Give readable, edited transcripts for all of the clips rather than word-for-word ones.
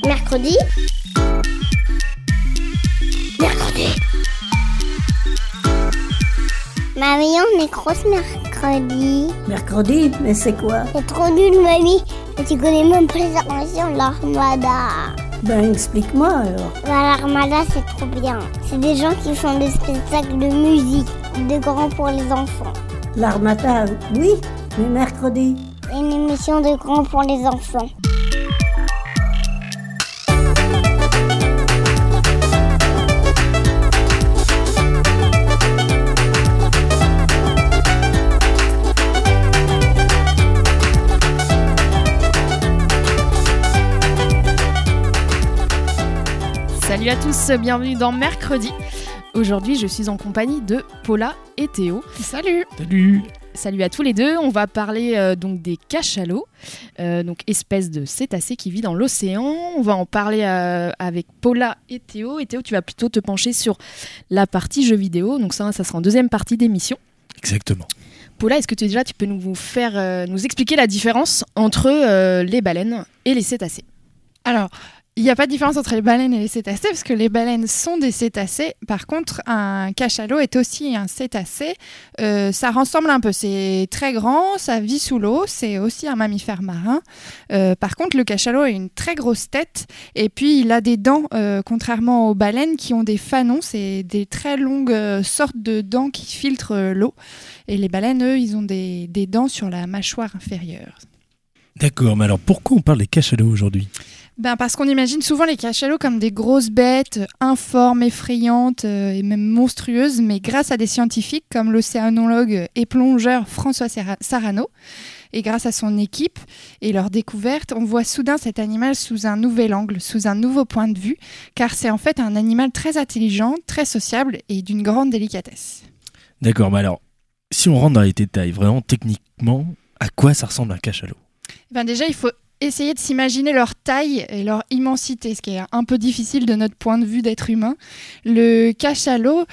Mercredi. Mamie, on est grosse mercredi. Mercredi? Mais c'est quoi? C'est trop nul, mamie. Et tu connais même pas les inventions de l'Armada. Ben, explique-moi alors. L'Armada, c'est trop bien. C'est des gens qui font des spectacles de musique, de grands pour les enfants. L'Armada, oui, mais mercredi. Une émission de grands pour les enfants. Salut à tous, bienvenue dans Mercredi. Aujourd'hui, je suis en compagnie de Paula et Théo. Salut. Salut. Salut à tous les deux. On va parler donc des cachalots, donc espèce de cétacé qui vit dans l'océan. On va en parler avec Paula et Théo. Et Théo, tu vas plutôt te pencher sur la partie jeux vidéo. Donc ça sera en deuxième partie d'émission. Exactement. Paula, est-ce que tu peux nous expliquer la différence entre les baleines et les cétacés ? Alors, il n'y a pas de différence entre les baleines et les cétacés parce que les baleines sont des cétacés. Par contre, un cachalot est aussi un cétacé. Ça ressemble un peu. C'est très grand, ça vit sous l'eau. C'est aussi un mammifère marin. Par contre, le cachalot a une très grosse tête et puis il a des dents, contrairement aux baleines qui ont des fanons. C'est des très longues sortes de dents qui filtrent l'eau. Et les baleines, eux, ils ont des dents sur la mâchoire inférieure. D'accord, mais alors pourquoi on parle des cachalots aujourd'hui ? Parce qu'on imagine souvent les cachalots comme des grosses bêtes informes, effrayantes et même monstrueuses, mais grâce à des scientifiques comme l'océanologue et plongeur François Sarano, et grâce à son équipe et leur découverte, on voit soudain cet animal sous un nouvel angle, sous un nouveau point de vue, car c'est en fait un animal très intelligent, très sociable et d'une grande délicatesse. D'accord, mais alors, si on rentre dans les détails, vraiment techniquement, à quoi ça ressemble un cachalot ? Déjà, il faut essayer de s'imaginer leur taille et leur immensité, ce qui est un peu difficile de notre point de vue d'être humain. Le cachalot,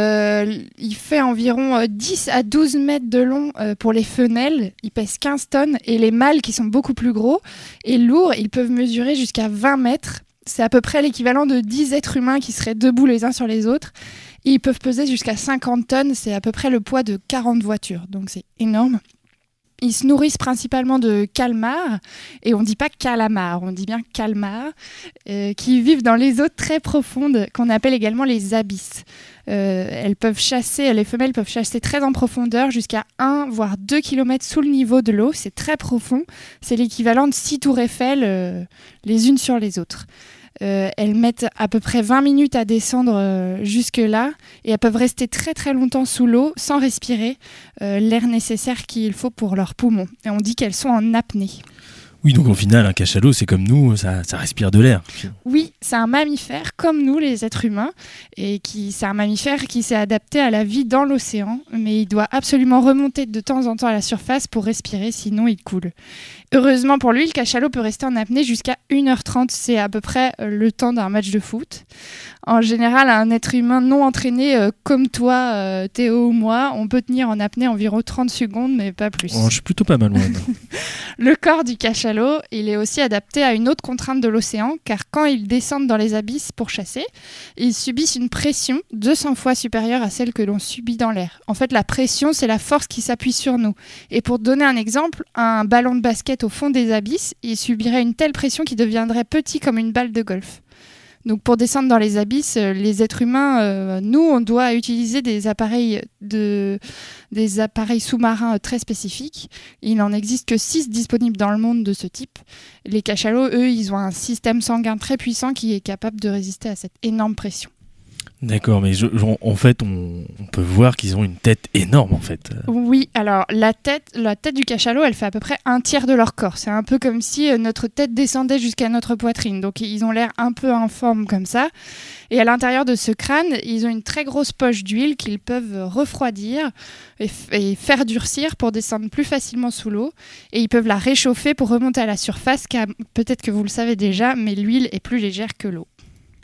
il fait environ 10 à 12 mètres de long pour les femelles. Il pèse 15 tonnes et les mâles, qui sont beaucoup plus gros et lourds, ils peuvent mesurer jusqu'à 20 mètres. C'est à peu près l'équivalent de 10 êtres humains qui seraient debout les uns sur les autres. Et ils peuvent peser jusqu'à 50 tonnes, c'est à peu près le poids de 40 voitures, donc c'est énorme. Ils se nourrissent principalement de calmars, et on ne dit pas calamars, on dit bien calmars, qui vivent dans les eaux très profondes, qu'on appelle également les abysses. Les femelles peuvent chasser très en profondeur, jusqu'à 1 voire 2 km sous le niveau de l'eau, c'est très profond, c'est l'équivalent de 6 tours Eiffel les unes sur les autres. Elles mettent à peu près 20 minutes à descendre jusque-là et elles peuvent rester très très longtemps sous l'eau sans respirer l'air nécessaire qu'il faut pour leurs poumons. Et on dit qu'elles sont en apnée. Oui, donc au final, un cachalot, c'est comme nous, ça respire de l'air. Oui, c'est un mammifère comme nous, les êtres humains, et c'est un mammifère qui s'est adapté à la vie dans l'océan, mais il doit absolument remonter de temps en temps à la surface pour respirer, sinon il coule. Heureusement pour lui, le cachalot peut rester en apnée jusqu'à 1h30, c'est à peu près le temps d'un match de foot. En général, un être humain non entraîné comme toi, Théo ou moi, on peut tenir en apnée environ 30 secondes, mais pas plus. Oh, je suis plutôt pas mal loin. Le corps du cachalot, il est aussi adapté à une autre contrainte de l'océan, car quand ils descendent dans les abysses pour chasser, ils subissent une pression 200 fois supérieure à celle que l'on subit dans l'air. En fait, la pression, c'est la force qui s'appuie sur nous. Et pour te donner un exemple, un ballon de basket au fond des abysses, il subirait une telle pression qu'il deviendrait petit comme une balle de golf. Donc pour descendre dans les abysses, les êtres humains, nous, on doit utiliser des appareils sous-marins très spécifiques. Il n'en existe que 6 disponibles dans le monde de ce type. Les cachalots, eux, ils ont un système sanguin très puissant qui est capable de résister à cette énorme pression. D'accord, mais en fait, on peut voir qu'ils ont une tête énorme, en fait. Oui, alors la tête du cachalot, elle fait à peu près 1/3 de leur corps. C'est un peu comme si notre tête descendait jusqu'à notre poitrine. Donc ils ont l'air un peu informes comme ça. Et à l'intérieur de ce crâne, ils ont une très grosse poche d'huile qu'ils peuvent refroidir et faire durcir pour descendre plus facilement sous l'eau. Et ils peuvent la réchauffer pour remonter à la surface, car peut-être que vous le savez déjà, mais l'huile est plus légère que l'eau.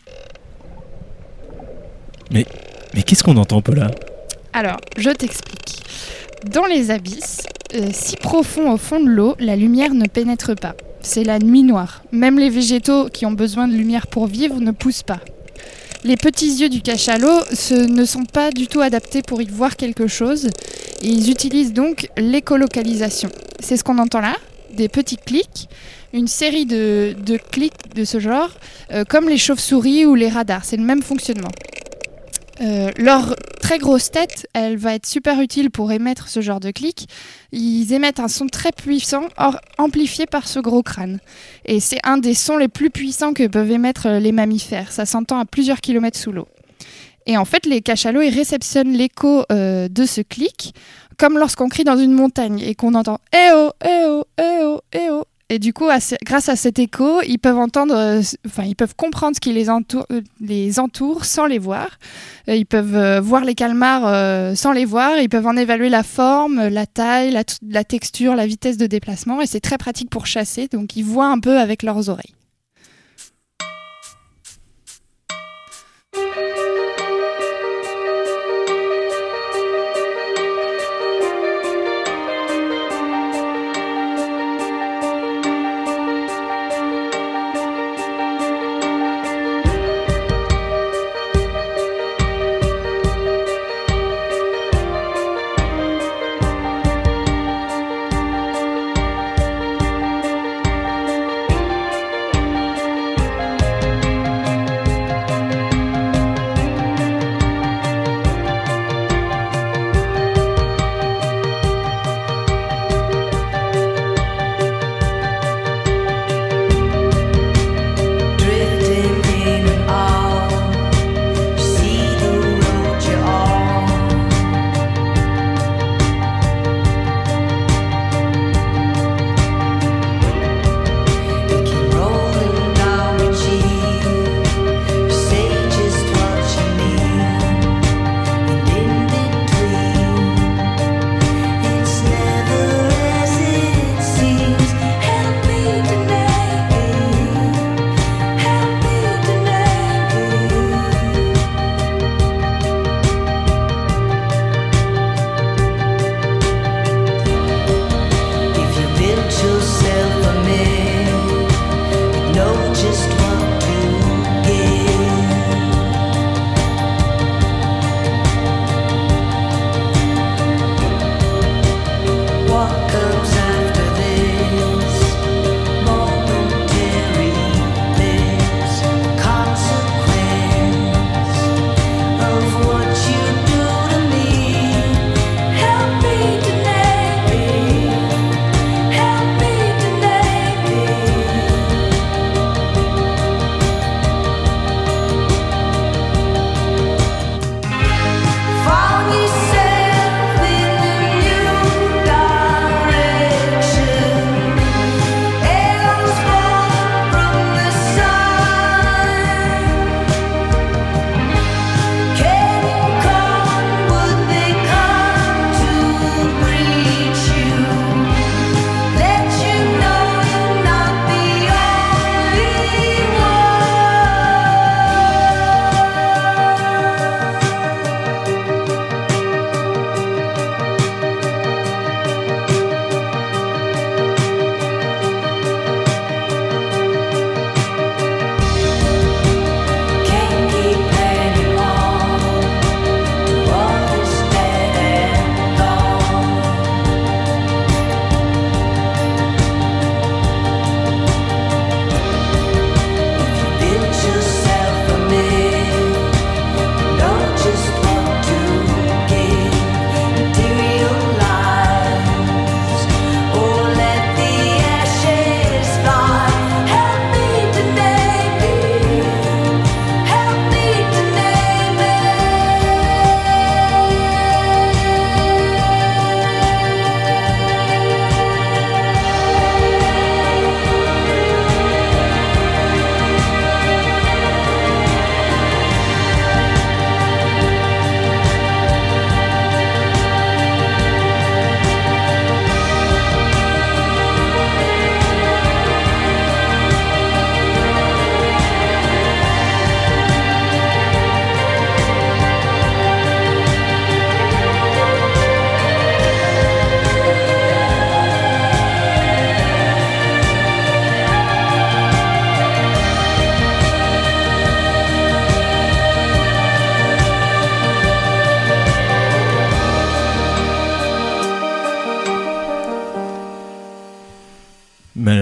Mais qu'est-ce qu'on entend, Paula ? Alors, je t'explique. Dans les abysses, si profond au fond de l'eau, la lumière ne pénètre pas. c'est la nuit noire. Même les végétaux qui ont besoin de lumière pour vivre ne poussent pas. Les petits yeux du cachalot ne sont pas du tout adaptés pour y voir quelque chose. Et ils utilisent donc l'écolocalisation. C'est ce qu'on entend là, des petits clics, une série de clics de ce genre, comme les chauves-souris ou les radars. C'est le même fonctionnement. Leur très grosse tête, elle va être super utile pour émettre ce genre de clics. Ils émettent un son très puissant, amplifié par ce gros crâne. Et c'est un des sons les plus puissants que peuvent émettre les mammifères. Ça s'entend à plusieurs kilomètres sous l'eau. Et en fait, les cachalots, ils réceptionnent l'écho de ce clic, comme lorsqu'on crie dans une montagne et qu'on entend « Eh oh, eh oh, eh oh, eh oh ». Et du coup, grâce à cet écho, ils peuvent ils peuvent comprendre ce qui les entoure sans les voir. Ils peuvent voir les calmars sans les voir. Ils peuvent en évaluer la forme, la taille, la texture, la vitesse de déplacement. Et c'est très pratique pour chasser. Donc, ils voient un peu avec leurs oreilles.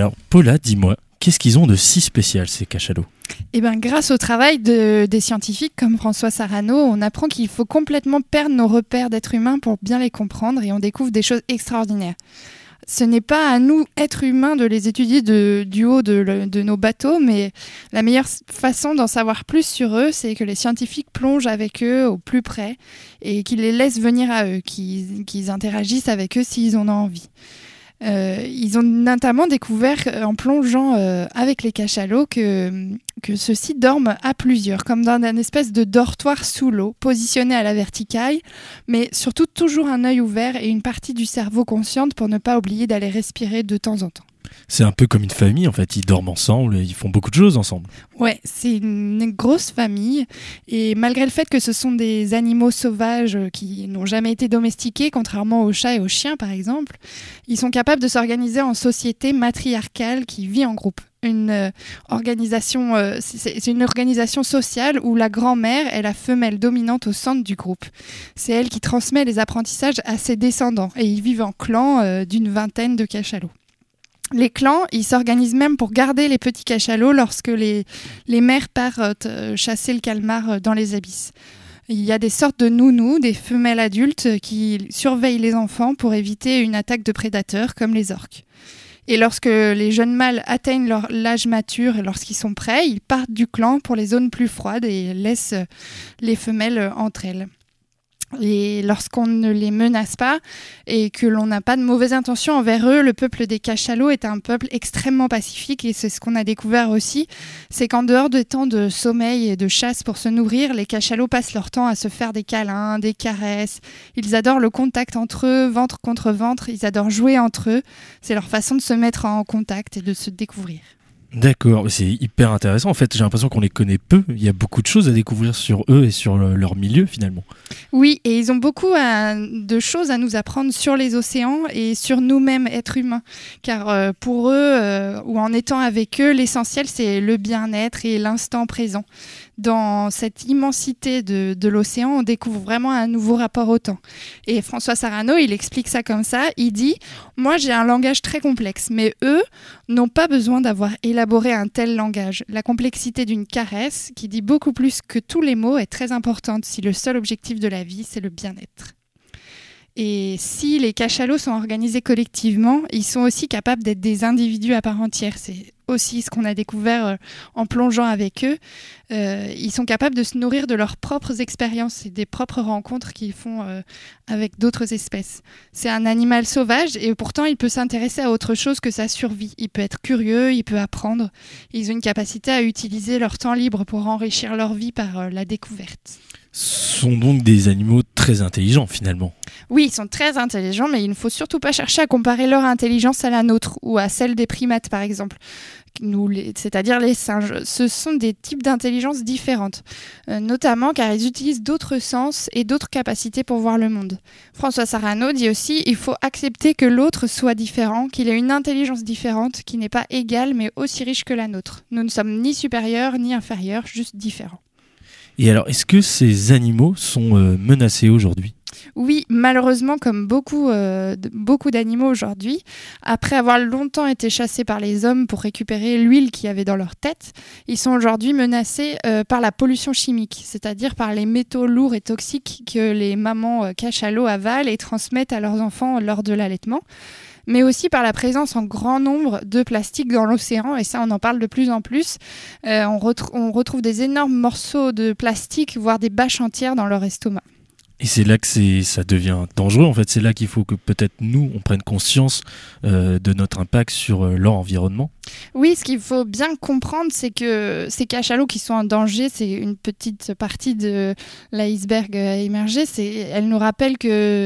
Alors, Paula, dis-moi, qu'est-ce qu'ils ont de si spécial, ces cachalots ? Eh ben, grâce au travail des scientifiques comme François Sarano, on apprend qu'il faut complètement perdre nos repères d'êtres humains pour bien les comprendre et on découvre des choses extraordinaires. Ce n'est pas à nous, êtres humains, de les étudier du haut de nos bateaux, mais la meilleure façon d'en savoir plus sur eux, c'est que les scientifiques plongent avec eux au plus près et qu'ils les laissent venir à eux, qu'ils interagissent avec eux s'ils en ont envie. Ils ont notamment découvert en plongeant avec les cachalots que ceux-ci dorment à plusieurs, comme dans une espèce de dortoir sous l'eau, positionné à la verticale, mais surtout toujours un œil ouvert et une partie du cerveau consciente pour ne pas oublier d'aller respirer de temps en temps. C'est un peu comme une famille, en fait. Ils dorment ensemble, ils font beaucoup de choses ensemble. Ouais, c'est une grosse famille. Et malgré le fait que ce sont des animaux sauvages qui n'ont jamais été domestiqués, contrairement aux chats et aux chiens, par exemple, ils sont capables de s'organiser en société matriarcale qui vit en groupe. C'est une organisation sociale où la grand-mère est la femelle dominante au centre du groupe. C'est elle qui transmet les apprentissages à ses descendants. Et ils vivent en clans d'une vingtaine de cachalots. Les clans, ils s'organisent même pour garder les petits cachalots lorsque les mères partent chasser le calmar dans les abysses. Il y a des sortes de nounous, des femelles adultes qui surveillent les enfants pour éviter une attaque de prédateurs comme les orques. Et lorsque les jeunes mâles atteignent l'âge mature et lorsqu'ils sont prêts, ils partent du clan pour les zones plus froides et laissent les femelles entre elles. Et lorsqu'on ne les menace pas et que l'on n'a pas de mauvaises intentions envers eux, le peuple des cachalots est un peuple extrêmement pacifique et c'est ce qu'on a découvert aussi, c'est qu'en dehors des temps de sommeil et de chasse pour se nourrir, les cachalots passent leur temps à se faire des câlins, des caresses. Ils adorent le contact entre eux, ventre contre ventre, ils adorent jouer entre eux. C'est leur façon de se mettre en contact et de se découvrir. D'accord, c'est hyper intéressant. En fait, j'ai l'impression qu'on les connaît peu. Il y a beaucoup de choses à découvrir sur eux et sur leur milieu, finalement. Oui, et ils ont beaucoup de choses à nous apprendre sur les océans et sur nous-mêmes, êtres humains. Car pour eux, ou en étant avec eux, l'essentiel, c'est le bien-être et l'instant présent. Dans cette immensité de l'océan, on découvre vraiment un nouveau rapport au temps. Et François Sarano, il explique ça comme ça. Il dit « Moi, j'ai un langage très complexe, mais eux n'ont pas besoin d'avoir élaboré un tel langage. La complexité d'une caresse, qui dit beaucoup plus que tous les mots, est très importante si le seul objectif de la vie, c'est le bien-être. » Et si les cachalots sont organisés collectivement, ils sont aussi capables d'être des individus à part entière. C'est aussi ce qu'on a découvert en plongeant avec eux. Ils sont capables de se nourrir de leurs propres expériences et des propres rencontres qu'ils font avec d'autres espèces. C'est un animal sauvage et pourtant il peut s'intéresser à autre chose que sa survie. Il peut être curieux, il peut apprendre. Ils ont une capacité à utiliser leur temps libre pour enrichir leur vie par la découverte. Ce sont donc des animaux très intelligents, finalement. Oui, ils sont très intelligents, mais il ne faut surtout pas chercher à comparer leur intelligence à la nôtre ou à celle des primates, par exemple. C'est-à-dire les singes. Ce sont des types d'intelligence différentes, notamment car ils utilisent d'autres sens et d'autres capacités pour voir le monde. François Sarano dit aussi il faut accepter que l'autre soit différent, qu'il ait une intelligence différente, qui n'est pas égale mais aussi riche que la nôtre. Nous ne sommes ni supérieurs ni inférieurs, juste différents. Et alors, est-ce que ces animaux sont menacés aujourd'hui ? Oui, malheureusement, comme beaucoup d'animaux aujourd'hui, après avoir longtemps été chassés par les hommes pour récupérer l'huile qu'il y avait dans leur tête, ils sont aujourd'hui menacés par la pollution chimique, c'est-à-dire par les métaux lourds et toxiques que les mamans cachalots avalent et transmettent à leurs enfants lors de l'allaitement, mais aussi par la présence en grand nombre de plastique dans l'océan, et ça on en parle de plus en plus. On retrouve des énormes morceaux de plastique, voire des bâches entières dans leur estomac. Et c'est là que ça devient dangereux, en fait. C'est là qu'il faut que peut-être nous, on prenne conscience de notre impact sur leur environnement. Oui, ce qu'il faut bien comprendre, c'est que ces cachalots qui sont en danger, c'est une petite partie de l'iceberg émergé. Elle nous rappelle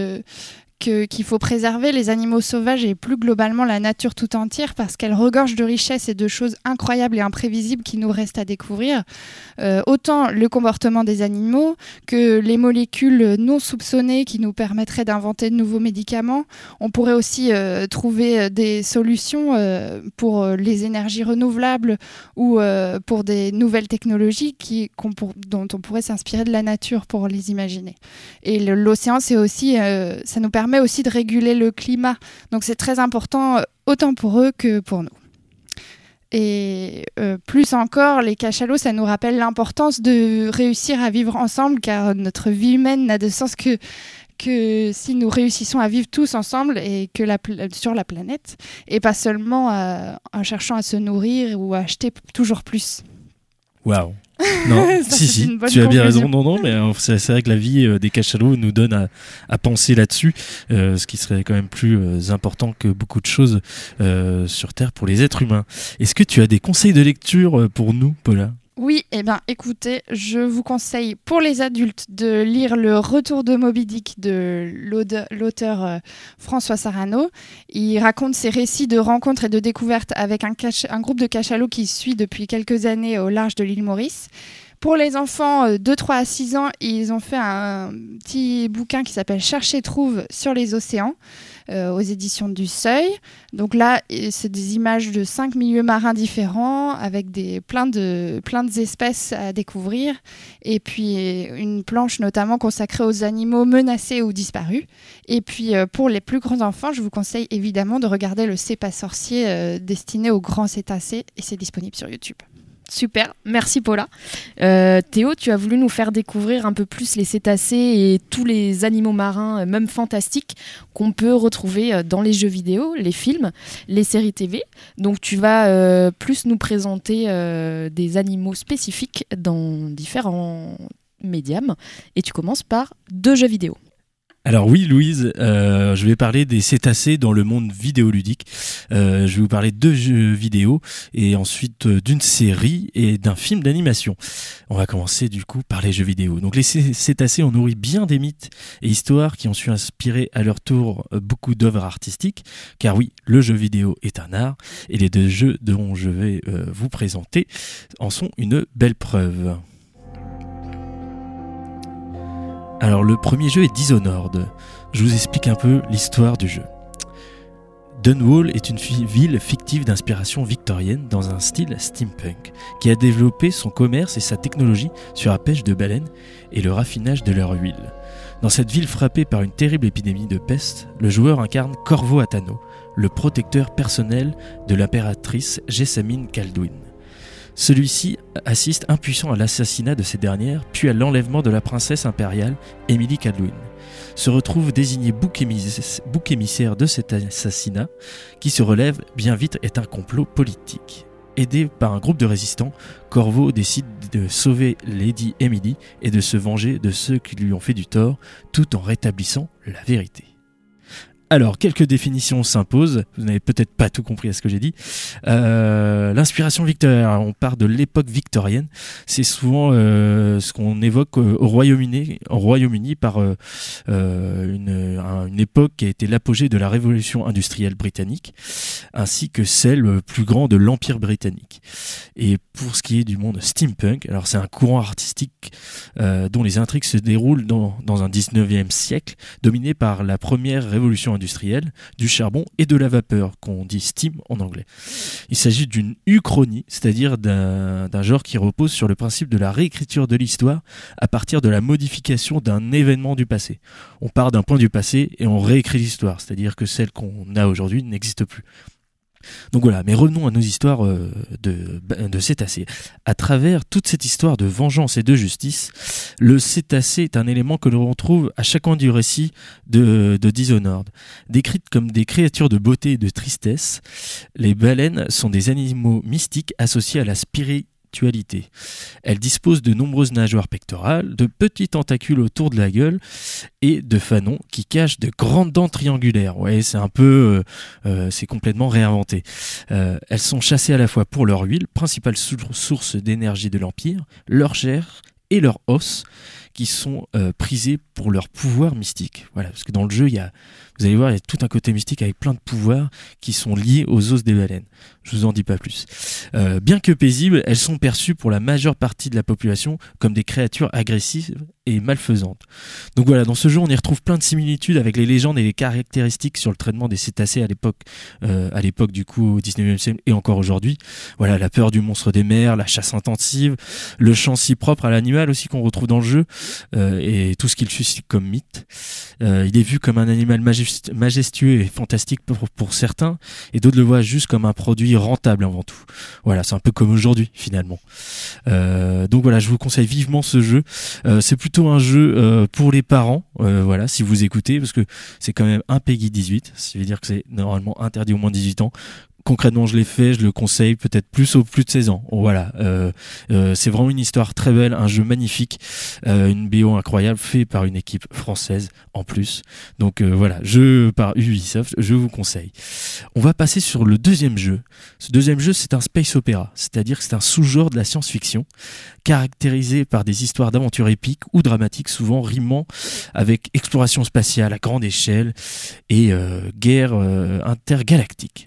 qu'il faut préserver les animaux sauvages et plus globalement la nature tout entière parce qu'elle regorge de richesses et de choses incroyables et imprévisibles qui nous restent à découvrir. Autant le comportement des animaux que les molécules non soupçonnées qui nous permettraient d'inventer de nouveaux médicaments. On pourrait aussi trouver des solutions pour les énergies renouvelables ou pour des nouvelles technologies dont on pourrait s'inspirer de la nature pour les imaginer. Et l'océan, c'est aussi, ça nous permet aussi de réguler le climat. Donc c'est très important autant pour eux que pour nous. Et plus encore, les cachalots, ça nous rappelle l'importance de réussir à vivre ensemble, car notre vie humaine n'a de sens que si nous réussissons à vivre tous ensemble et que sur la planète, et pas seulement en cherchant à se nourrir ou à acheter toujours plus. Waouh. Non, si, tu as bien raison. Non, mais c'est vrai que la vie des cachalots nous donne à penser là-dessus, ce qui serait quand même plus important que beaucoup de choses sur Terre pour les êtres humains. Est-ce que tu as des conseils de lecture pour nous, Paula ? Oui, écoutez, je vous conseille pour les adultes de lire Le Retour de Moby Dick de l'auteur François Sarano. Il raconte ses récits de rencontres et de découvertes avec un groupe de cachalots qui suit depuis quelques années au large de l'île Maurice. Pour les enfants de 3 à 6 ans, ils ont fait un petit bouquin qui s'appelle Chercher trouve sur les océans aux éditions du Seuil. Donc là, c'est des images de 5 milieux marins différents avec plein d'espèces à découvrir. Et puis une planche notamment consacrée aux animaux menacés ou disparus. Et puis pour les plus grands enfants, je vous conseille évidemment de regarder le C'est pas sorcier destiné aux grands cétacés et c'est disponible sur YouTube. Super, merci Paula. Théo, tu as voulu nous faire découvrir un peu plus les cétacés et tous les animaux marins, même fantastiques, qu'on peut retrouver dans les jeux vidéo, les films, les séries TV. Donc tu vas plus nous présenter des animaux spécifiques dans différents médiums. Et tu commences par 2 jeux vidéo. Alors oui, Louise, je vais parler des cétacés dans le monde vidéoludique. Je vais vous parler de jeux vidéo et ensuite d'une série et d'un film d'animation. On va commencer du coup par les jeux vidéo. Donc les cétacés ont nourri bien des mythes et histoires qui ont su inspirer à leur tour beaucoup d'œuvres artistiques. Car oui, le jeu vidéo est un art et les 2 jeux dont je vais vous présenter en sont une belle preuve. Alors le premier jeu est Dishonored. Je vous explique un peu l'histoire du jeu. Dunwall est une ville fictive d'inspiration victorienne dans un style steampunk, qui a développé son commerce et sa technologie sur la pêche de baleines et le raffinage de leur huile. Dans cette ville frappée par une terrible épidémie de peste, le joueur incarne Corvo Attano, le protecteur personnel de l'impératrice Jessamine Kaldwin. Celui-ci assiste impuissant à l'assassinat de cette dernière, puis à l'enlèvement de la princesse impériale Emily Kaldwin. Se retrouve désigné bouc émissaire de cet assassinat, qui se relève bien vite est un complot politique. Aidé par un groupe de résistants, Corvo décide de sauver Lady Emily et de se venger de ceux qui lui ont fait du tort, tout en rétablissant la vérité. Alors, quelques définitions s'imposent. Vous n'avez peut-être pas tout compris à ce que j'ai dit. L'inspiration victorienne, on part de l'époque victorienne. C'est souvent ce qu'on évoque au Royaume-Uni par une époque qui a été l'apogée de la révolution industrielle britannique, ainsi que celle plus grande de l'Empire britannique. Et pour ce qui est du monde steampunk, alors c'est un courant artistique dont les intrigues se déroulent dans un 19e siècle, dominé par la première révolution industrielle, du charbon et de la vapeur, qu'on dit steam en anglais. Il s'agit d'une uchronie, c'est-à-dire d'un genre qui repose sur le principe de la réécriture de l'histoire à partir de la modification d'un événement du passé. On part d'un point du passé et on réécrit l'histoire, c'est-à-dire que celle qu'on a aujourd'hui n'existe plus. Donc voilà, mais revenons à nos histoires de cétacés. À travers toute cette histoire de vengeance et de justice, le cétacé est un élément que l'on retrouve à chaque coin du récit de Dishonored. Décrites comme des créatures de beauté et de tristesse, les baleines sont des animaux mystiques associés à la spiritualité. Elle dispose de nombreuses nageoires pectorales, de petits tentacules autour de la gueule et de fanons qui cachent de grandes dents triangulaires. Ouais, c'est un peu, c'est complètement réinventé. Elles sont chassées à la fois pour leur huile, principale source d'énergie de l'Empire, leur chair et leur os, qui sont prisés pour leur pouvoir mystique. Voilà, parce que dans le jeu, vous allez voir, il y a tout un côté mystique avec plein de pouvoirs qui sont liés aux os des baleines. Je vous en dis pas plus. Bien que paisibles, elles sont perçues pour la majeure partie de la population comme des créatures agressives et malfaisantes. Donc voilà, dans ce jeu, on y retrouve plein de similitudes avec les légendes et les caractéristiques sur le traitement des cétacés à l'époque du coup au 19e siècle et encore aujourd'hui. Voilà, la peur du monstre des mers, la chasse intensive, le chant si propre à l'animal aussi qu'on retrouve dans le jeu. et tout ce qu'il suscite comme mythe. Il est vu comme un animal majestueux et fantastique pour certains, et d'autres le voient juste comme un produit rentable avant tout. Voilà, c'est un peu comme aujourd'hui finalement. Donc voilà, je vous conseille vivement ce jeu. C'est plutôt un jeu pour les parents, voilà, si vous écoutez, parce que c'est quand même un PEGI 18, ça veut dire que c'est normalement interdit au moins 18 ans. Concrètement, je l'ai fait, je le conseille peut-être plus aux plus de 16 ans. Voilà, c'est vraiment une histoire très belle, un jeu magnifique, une BO incroyable, fait par une équipe française en plus. Donc voilà, jeu par Ubisoft, je vous conseille. On va passer sur le deuxième jeu. Ce deuxième jeu, c'est un space opéra, c'est-à-dire que c'est un sous-genre de la science-fiction, caractérisé par des histoires d'aventure épiques ou dramatiques, souvent rimant avec exploration spatiale à grande échelle et guerre intergalactique.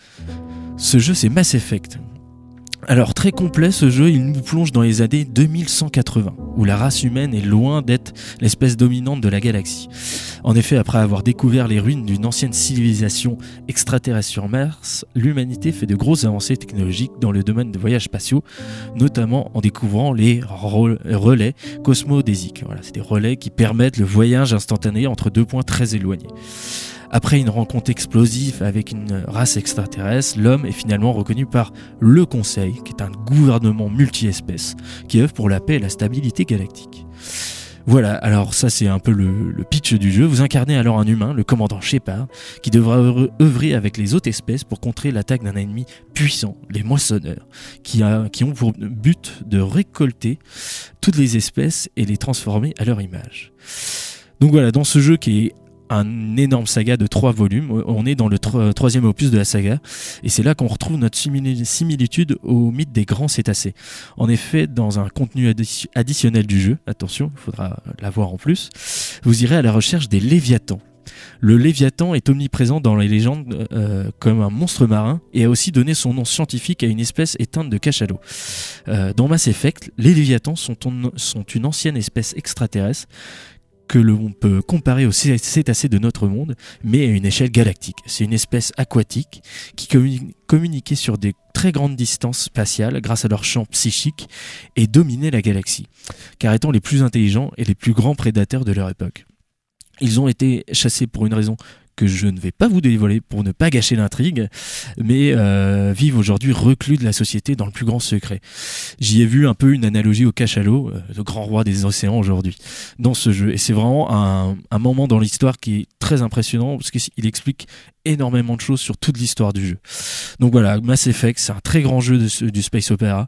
Ce jeu, c'est Mass Effect. Alors, très complet, ce jeu, il nous plonge dans les années 2180, où la race humaine est loin d'être l'espèce dominante de la galaxie. En effet, après avoir découvert les ruines d'une ancienne civilisation extraterrestre sur Mars, l'humanité fait de grosses avancées technologiques dans le domaine des voyages spatiaux, notamment en découvrant les relais cosmodésiques. Voilà, c'est des relais qui permettent le voyage instantané entre deux points très éloignés. Après une rencontre explosive avec une race extraterrestre, l'homme est finalement reconnu par le Conseil, qui est un gouvernement multi-espèces, qui œuvre pour la paix et la stabilité galactique. Voilà, alors ça c'est un peu le pitch du jeu. Vous incarnez alors un humain, le commandant Shepard, qui devra œuvrer avec les autres espèces pour contrer l'attaque d'un ennemi puissant, les moissonneurs, qui ont pour but de récolter toutes les espèces et les transformer à leur image. Donc voilà, dans ce jeu qui est un énorme saga de 3 volumes. On est dans le troisième opus de la saga, et c'est là qu'on retrouve notre similitude au mythe des grands cétacés. En effet, dans un contenu additionnel du jeu, attention, il faudra l'avoir en plus, vous irez à la recherche des Léviathans. Le Léviathan est omniprésent dans les légendes comme un monstre marin et a aussi donné son nom scientifique à une espèce éteinte de cachalot. Dans Mass Effect, les Léviathans sont une ancienne espèce extraterrestre que l'on peut comparer aux cétacés de notre monde, mais à une échelle galactique. C'est une espèce aquatique qui communiquait sur des très grandes distances spatiales grâce à leur champ psychique et dominait la galaxie, car étant les plus intelligents et les plus grands prédateurs de leur époque. Ils ont été chassés pour une raison que je ne vais pas vous dévoiler pour ne pas gâcher l'intrigue, mais vivent aujourd'hui reclus de la société dans le plus grand secret. J'y ai vu un peu une analogie au cachalot, le grand roi des océans aujourd'hui, dans ce jeu. Et c'est vraiment un moment dans l'histoire qui est très impressionnant, parce qu'il explique énormément de choses sur toute l'histoire du jeu. Donc voilà, Mass Effect, c'est un très grand jeu du space opera.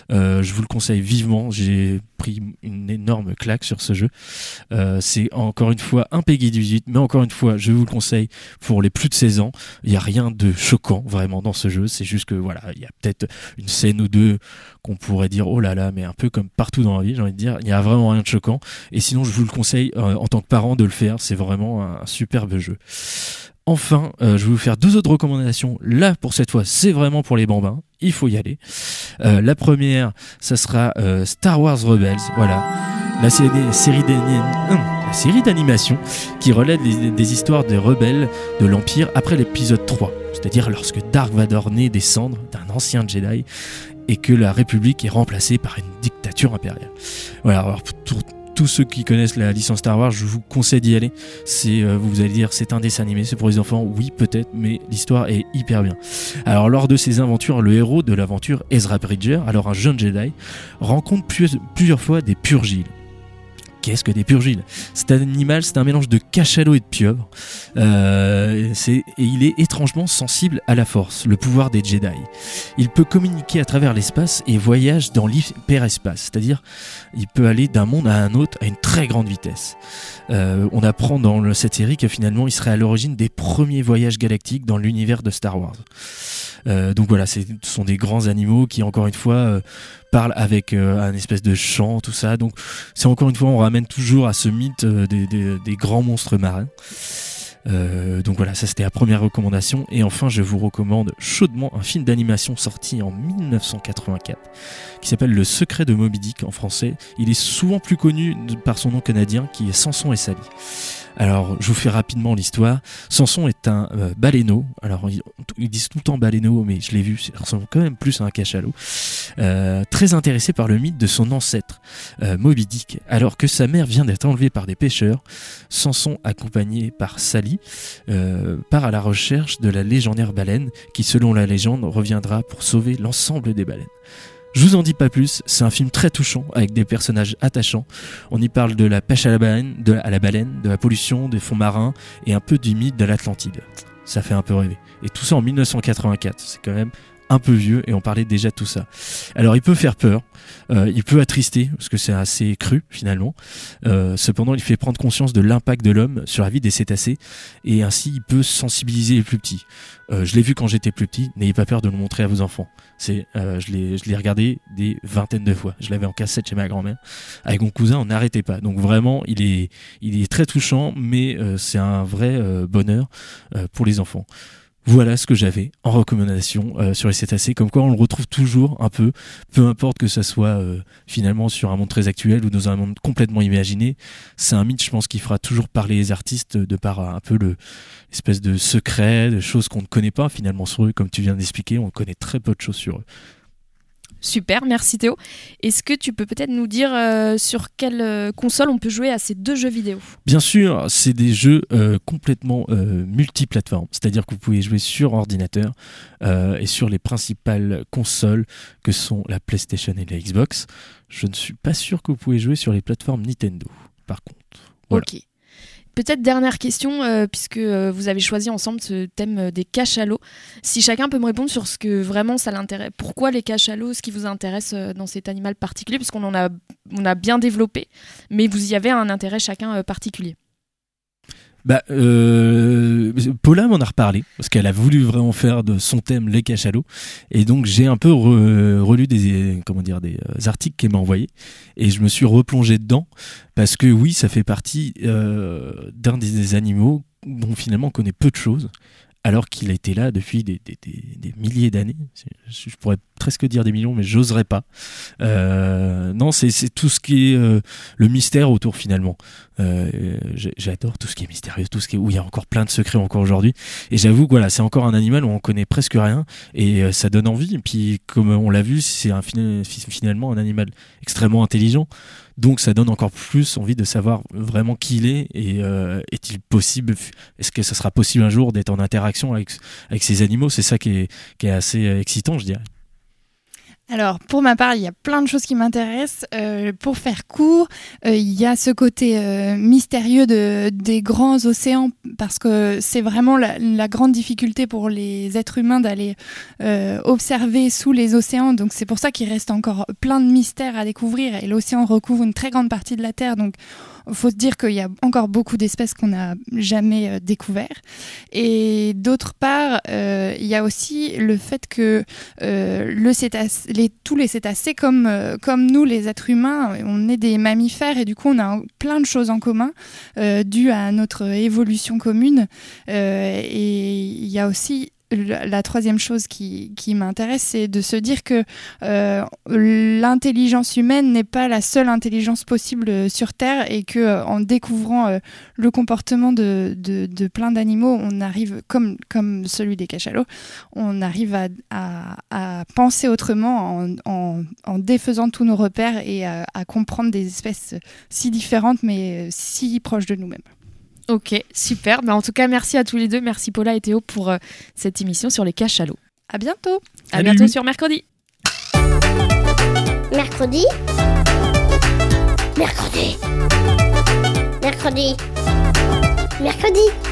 Je vous le conseille vivement. J'ai pris une énorme claque sur ce jeu. C'est encore une fois un PEGI 18, mais encore une fois, je vous le conseille pour les plus de 16 ans. Il n'y a rien de choquant vraiment dans ce jeu. C'est juste que voilà, il y a peut-être une scène ou deux qu'on pourrait dire oh là là, mais un peu comme partout dans la vie, j'ai envie de dire, il n'y a vraiment rien de choquant. Et sinon, je vous le conseille en tant que parent de le faire. C'est vraiment un superbe jeu. Enfin, je vais vous faire 2 autres recommandations. Là, pour cette fois, c'est vraiment pour les bambins. Il faut y aller. La première, ça sera Star Wars Rebels. Voilà. La série d'animation qui relève des histoires des rebelles de l'Empire après l'épisode 3. C'est-à-dire lorsque Dark Vador naît des cendres d'un ancien Jedi et que la République est remplacée par une dictature impériale. Voilà, alors pour tous ceux qui connaissent la licence Star Wars, je vous conseille d'y aller. Vous allez dire, c'est un dessin animé, c'est pour les enfants. Oui, peut-être, mais l'histoire est hyper bien. Alors, lors de ses aventures, le héros de l'aventure, Ezra Bridger, alors un jeune Jedi, rencontre plusieurs fois des purgiles. Qu'est-ce que des purgiles ? Cet animal, c'est un mélange de cachalot et de pieuvre. Et il est étrangement sensible à la force, le pouvoir des Jedi. Il peut communiquer à travers l'espace et voyage dans l'hyperespace, c'est-à-dire il peut aller d'un monde à un autre à une très grande vitesse. On apprend dans cette série que finalement il serait à l'origine des premiers voyages galactiques dans l'univers de Star Wars. Donc voilà, ce sont des grands animaux qui encore une fois parlent avec un espèce de chant, tout ça. Donc c'est encore une fois, on ramène toujours à ce mythe des grands monstres marins. Donc voilà, ça c'était la première recommandation. Et enfin, je vous recommande chaudement un film d'animation sorti en 1984 qui s'appelle Le Secret de Moby Dick en français. Il est souvent plus connu par son nom canadien qui est Samson et Sally. Alors, je vous fais rapidement l'histoire. Samson est un baleineau. Alors, ils disent tout le temps baleineau, mais je l'ai vu, ça ressemble quand même plus à un cachalot. Très intéressé par le mythe de son ancêtre, Moby Dick. Alors que sa mère vient d'être enlevée par des pêcheurs, Samson, accompagné par Sally, part à la recherche de la légendaire baleine qui, selon la légende, reviendra pour sauver l'ensemble des baleines. Je vous en dis pas plus, c'est un film très touchant avec des personnages attachants. On y parle de la pêche à la baleine, de la pollution des fonds marins et un peu du mythe de l'Atlantide. Ça fait un peu rêver. Et tout ça en 1984, c'est quand même un peu vieux et on parlait déjà de tout ça. Alors il peut faire peur, il peut attrister parce que c'est assez cru finalement. Cependant il fait prendre conscience de l'impact de l'homme sur la vie des cétacés et ainsi il peut sensibiliser les plus petits. Je l'ai vu quand j'étais plus petit, n'ayez pas peur de le montrer à vos enfants. Je l'ai regardé des vingtaines de fois. Je l'avais en cassette chez ma grand-mère. Avec mon cousin, on n'arrêtait pas. Donc vraiment, il est très touchant, mais c'est un vrai bonheur pour les enfants. Voilà ce que j'avais en recommandation sur les cétacés, comme quoi on le retrouve toujours un peu importe que ça soit finalement sur un monde très actuel ou dans un monde complètement imaginé. C'est un mythe, je pense, qui fera toujours parler les artistes de par un peu l'espèce de secret, de choses qu'on ne connaît pas finalement sur eux, comme tu viens d'expliquer, on connaît très peu de choses sur eux. Super, merci Théo. Est-ce que tu peux peut-être nous dire sur quelle console on peut jouer à ces 2 jeux vidéo ? Bien sûr, c'est des jeux complètement multiplateformes, c'est-à-dire que vous pouvez jouer sur ordinateur et sur les principales consoles que sont la PlayStation et la Xbox. Je ne suis pas sûr que vous pouvez jouer sur les plateformes Nintendo, par contre. Voilà. Ok. Peut-être dernière question, puisque vous avez choisi ensemble ce thème des cachalots. Si chacun peut me répondre sur ce que vraiment ça l'intéresse, pourquoi les cachalots, ce qui vous intéresse dans cet animal particulier, parce qu'on on a bien développé, mais vous y avez un intérêt chacun particulier. Paula m'en a reparlé parce qu'elle a voulu vraiment faire de son thème les cachalots et donc j'ai un peu relu des articles qu'elle m'a envoyés et je me suis replongé dedans parce que oui, ça fait partie d'un des animaux dont finalement on connaît peu de choses alors qu'il a été là depuis des milliers d'années. Je pourrais presque dire des millions, mais j'oserais pas. Non, c'est tout ce qui est le mystère autour finalement. J'adore tout ce qui est mystérieux, tout ce qui est où il y a encore plein de secrets encore aujourd'hui. Et j'avoue que voilà, c'est encore un animal où on connaît presque rien et ça donne envie. Et puis comme on l'a vu, c'est finalement un animal extrêmement intelligent. Donc ça donne encore plus envie de savoir vraiment qui il est et est-il possible, est-ce que ça sera possible un jour d'être en interaction avec ces animaux. C'est ça qui est assez excitant, je dirais. Alors, pour ma part, il y a plein de choses qui m'intéressent. Pour faire court, il y a ce côté mystérieux des grands océans, parce que c'est vraiment la grande difficulté pour les êtres humains d'aller observer sous les océans. Donc, c'est pour ça qu'il reste encore plein de mystères à découvrir. Et l'océan recouvre une très grande partie de la Terre. Donc, il faut se dire qu'il y a encore beaucoup d'espèces qu'on n'a jamais découvertes. Et d'autre part, il y a aussi le fait que tous les cétacés, comme nous, les êtres humains, on est des mammifères et du coup, on a plein de choses en commun dues à notre évolution commune. Et il y a aussi la troisième chose qui m'intéresse, c'est de se dire que l'intelligence humaine n'est pas la seule intelligence possible sur Terre et que en découvrant le comportement de plein d'animaux, on arrive, comme celui des cachalots, on arrive à penser autrement en défaisant tous nos repères et à comprendre des espèces si différentes mais si proches de nous-mêmes. Ok, super. En tout cas, merci à tous les deux. Merci Paula et Théo pour cette émission sur les cachalots. À bientôt. À bientôt sur Mercredi. Mercredi. Mercredi. Mercredi. Mercredi.